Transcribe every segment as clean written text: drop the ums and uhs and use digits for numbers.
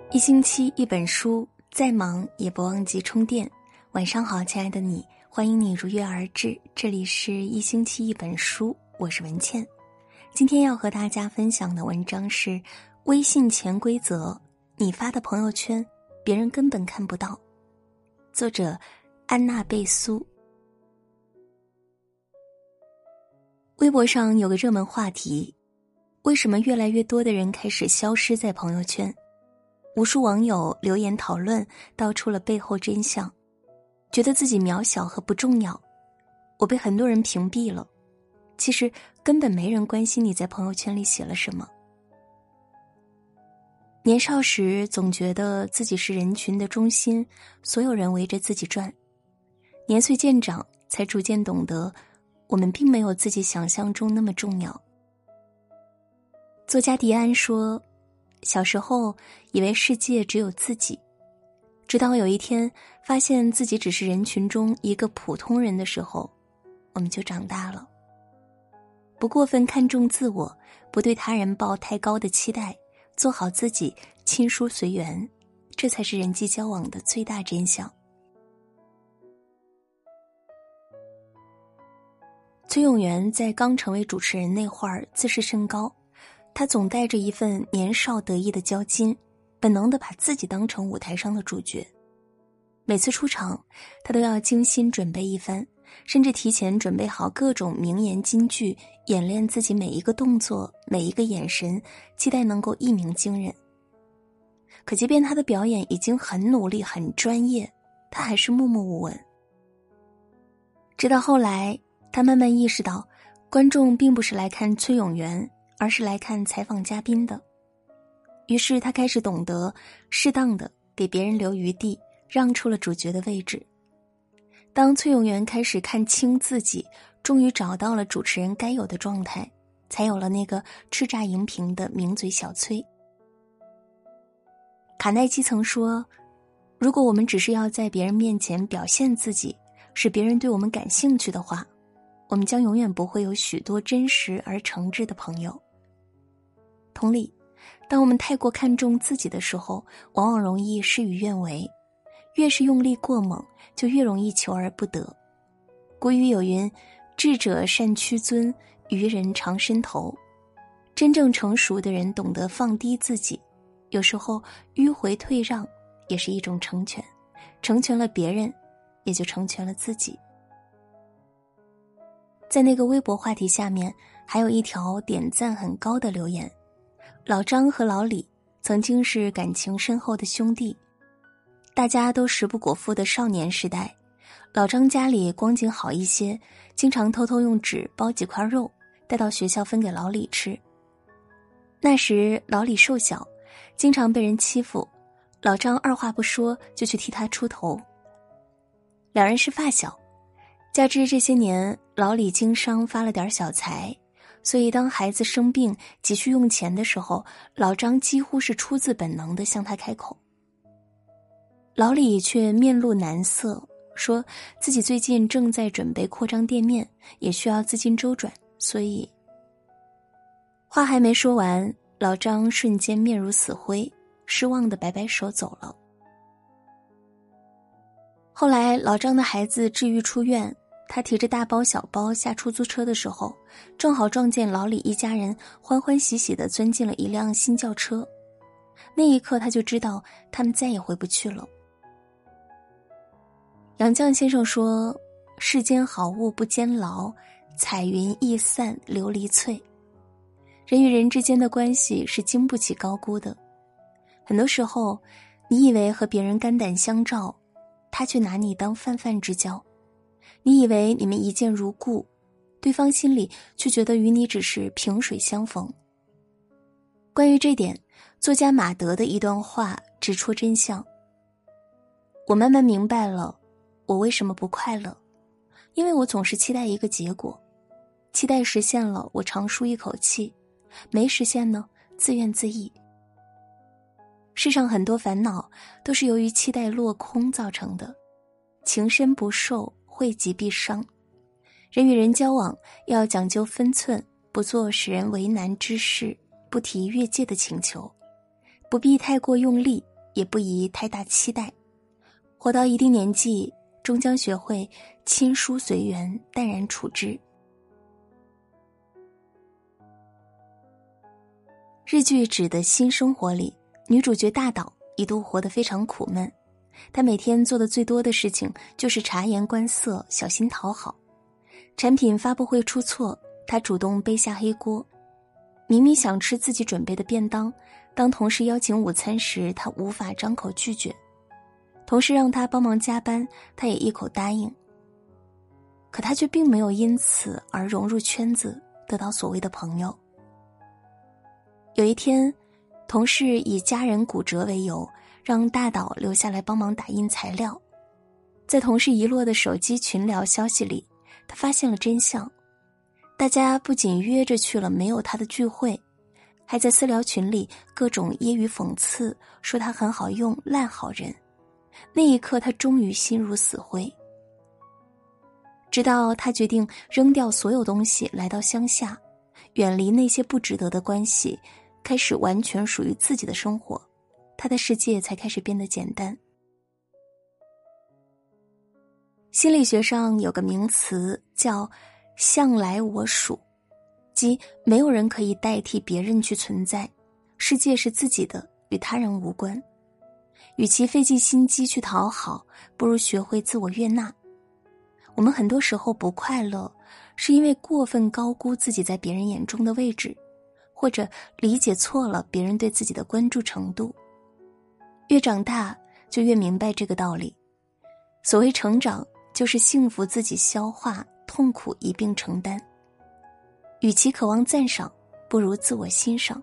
一星期一本书，再忙也不忘记充电。晚上好，亲爱的你，欢迎你如约而至，这里是一星期一本书，我是文倩。今天要和大家分享的文章是微信潜规则，你发的朋友圈别人根本看不到。作者安娜贝苏。微博上有个热门话题，为什么越来越多的人开始消失在朋友圈？无数网友留言讨论，道出了背后真相，觉得自己渺小和不重要。我被很多人屏蔽了，其实根本没人关心你在朋友圈里写了什么。年少时总觉得自己是人群的中心，所有人围着自己转。年岁渐长，才逐渐懂得，我们并没有自己想象中那么重要。作家迪安说，小时候以为世界只有自己，直到有一天发现自己只是人群中一个普通人的时候，我们就长大了。不过分看重自我，不对他人抱太高的期待，做好自己，亲疏随缘，这才是人际交往的最大真相。崔永元在刚成为主持人那会儿自视甚高，他总带着一份年少得意的骄矜，本能地把自己当成舞台上的主角。每次出场，他都要精心准备一番，甚至提前准备好各种名言金句，演练自己每一个动作，每一个眼神，期待能够一鸣惊人。可即便他的表演已经很努力很专业，他还是默默无闻。直到后来，他慢慢意识到，观众并不是来看崔永元，而是来看采访嘉宾的。于是他开始懂得适当的给别人留余地，让出了主角的位置。当崔永元开始看清自己，终于找到了主持人该有的状态，才有了那个叱咤荧屏的名嘴小崔。卡耐基曾说，如果我们只是要在别人面前表现自己，使别人对我们感兴趣的话，我们将永远不会有许多真实而诚挚的朋友。同理，当我们太过看重自己的时候，往往容易事与愿违，越是用力过猛，就越容易求而不得。古语有云，智者善屈尊，愚人常伸头。真正成熟的人懂得放低自己，有时候迂回退让也是一种成全，成全了别人，也就成全了自己。在那个微博话题下面，还有一条点赞很高的留言，老张和老李曾经是感情深厚的兄弟，大家都食不果腹的少年时代，老张家里光景好一些，经常偷偷用纸包几块肉带到学校分给老李吃。那时老李瘦小，经常被人欺负，老张二话不说就去替他出头。两人是发小，加之这些年老李经商发了点小财，所以当孩子生病急需用钱的时候，老张几乎是出自本能地向他开口。老李却面露难色，说自己最近正在准备扩张店面，也需要资金周转，所以话还没说完，老张瞬间面如死灰，失望地摆摆手走了。后来老张的孩子治愈出院，他提着大包小包下出租车的时候，正好撞见老李一家人欢欢喜喜地钻进了一辆新轿车。那一刻他就知道他们再也回不去了。杨绛先生说，世间好物不坚牢，彩云易散琉璃脆。人与人之间的关系是经不起高估的，很多时候你以为和别人肝胆相照，他却拿你当泛泛之交。你以为你们一见如故，对方心里却觉得与你只是萍水相逢。关于这点，作家马德的一段话指出真相。我慢慢明白了，我为什么不快乐，因为我总是期待一个结果，期待实现了，我长舒一口气，没实现呢，自怨自艾。世上很多烦恼都是由于期待落空造成的，情深不寿，惠及必伤。人与人交往要讲究分寸，不做使人为难之事，不提越界的请求，不必太过用力， 也不宜太大期待。活到一定年纪，终将学会亲疏随缘，淡然处之。日剧《纸的新生活》里，女主角大岛一度活得非常苦闷。她每天做的最多的事情就是察言观色，小心讨好。产品发布会出错，她主动背下黑锅。明明想吃自己准备的便当，当同事邀请午餐时，她无法张口拒绝。同事让她帮忙加班，她也一口答应。可她却并没有因此而融入圈子，得到所谓的朋友。有一天，同事以家人骨折为由，让大岛留下来帮忙打印材料。在同事遗落的手机群聊消息里，他发现了真相。大家不仅约着去了没有他的聚会，还在私聊群里各种揶揄讽刺，说他很好用，烂好人。那一刻，他终于心如死灰。直到他决定扔掉所有东西，来到乡下，远离那些不值得的关系，开始完全属于自己的生活，他的世界才开始变得简单。心理学上有个名词叫向来我属，即没有人可以代替别人去存在，世界是自己的，与他人无关。与其费尽心机去讨好，不如学会自我悦纳。我们很多时候不快乐，是因为过分高估自己在别人眼中的位置，或者理解错了别人对自己的关注程度。越长大，就越明白这个道理。所谓成长，就是幸福自己消化，痛苦一并承担。与其渴望赞赏，不如自我欣赏。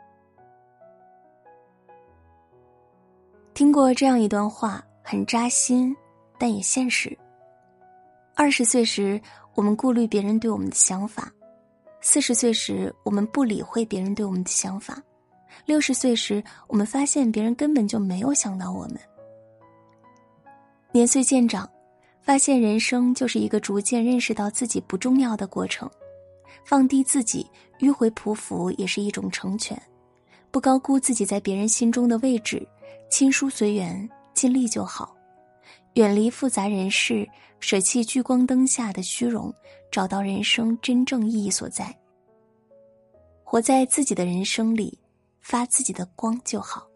听过这样一段话，很扎心，但也现实。20岁时，我们顾虑别人对我们的想法；40岁时，我们不理会别人对我们的想法；60岁时，我们发现别人根本就没有想到我们。年岁渐长，发现人生就是一个逐渐认识到自己不重要的过程。放低自己，迂回匍匐也是一种成全。不高估自己在别人心中的位置，亲疏随缘，尽力就好。远离复杂人事，舍弃聚光灯下的虚荣，找到人生真正意义所在。活在自己的人生里，发自己的光就好。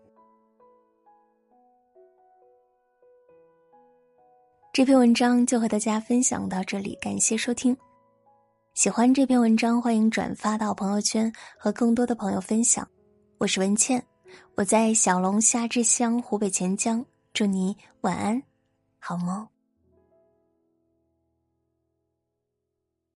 这篇文章就和大家分享到这里，感谢收听。喜欢这篇文章，欢迎转发到朋友圈和更多的朋友分享。我是文倩，我在小龙虾之乡湖北潜江，祝你晚安，好梦。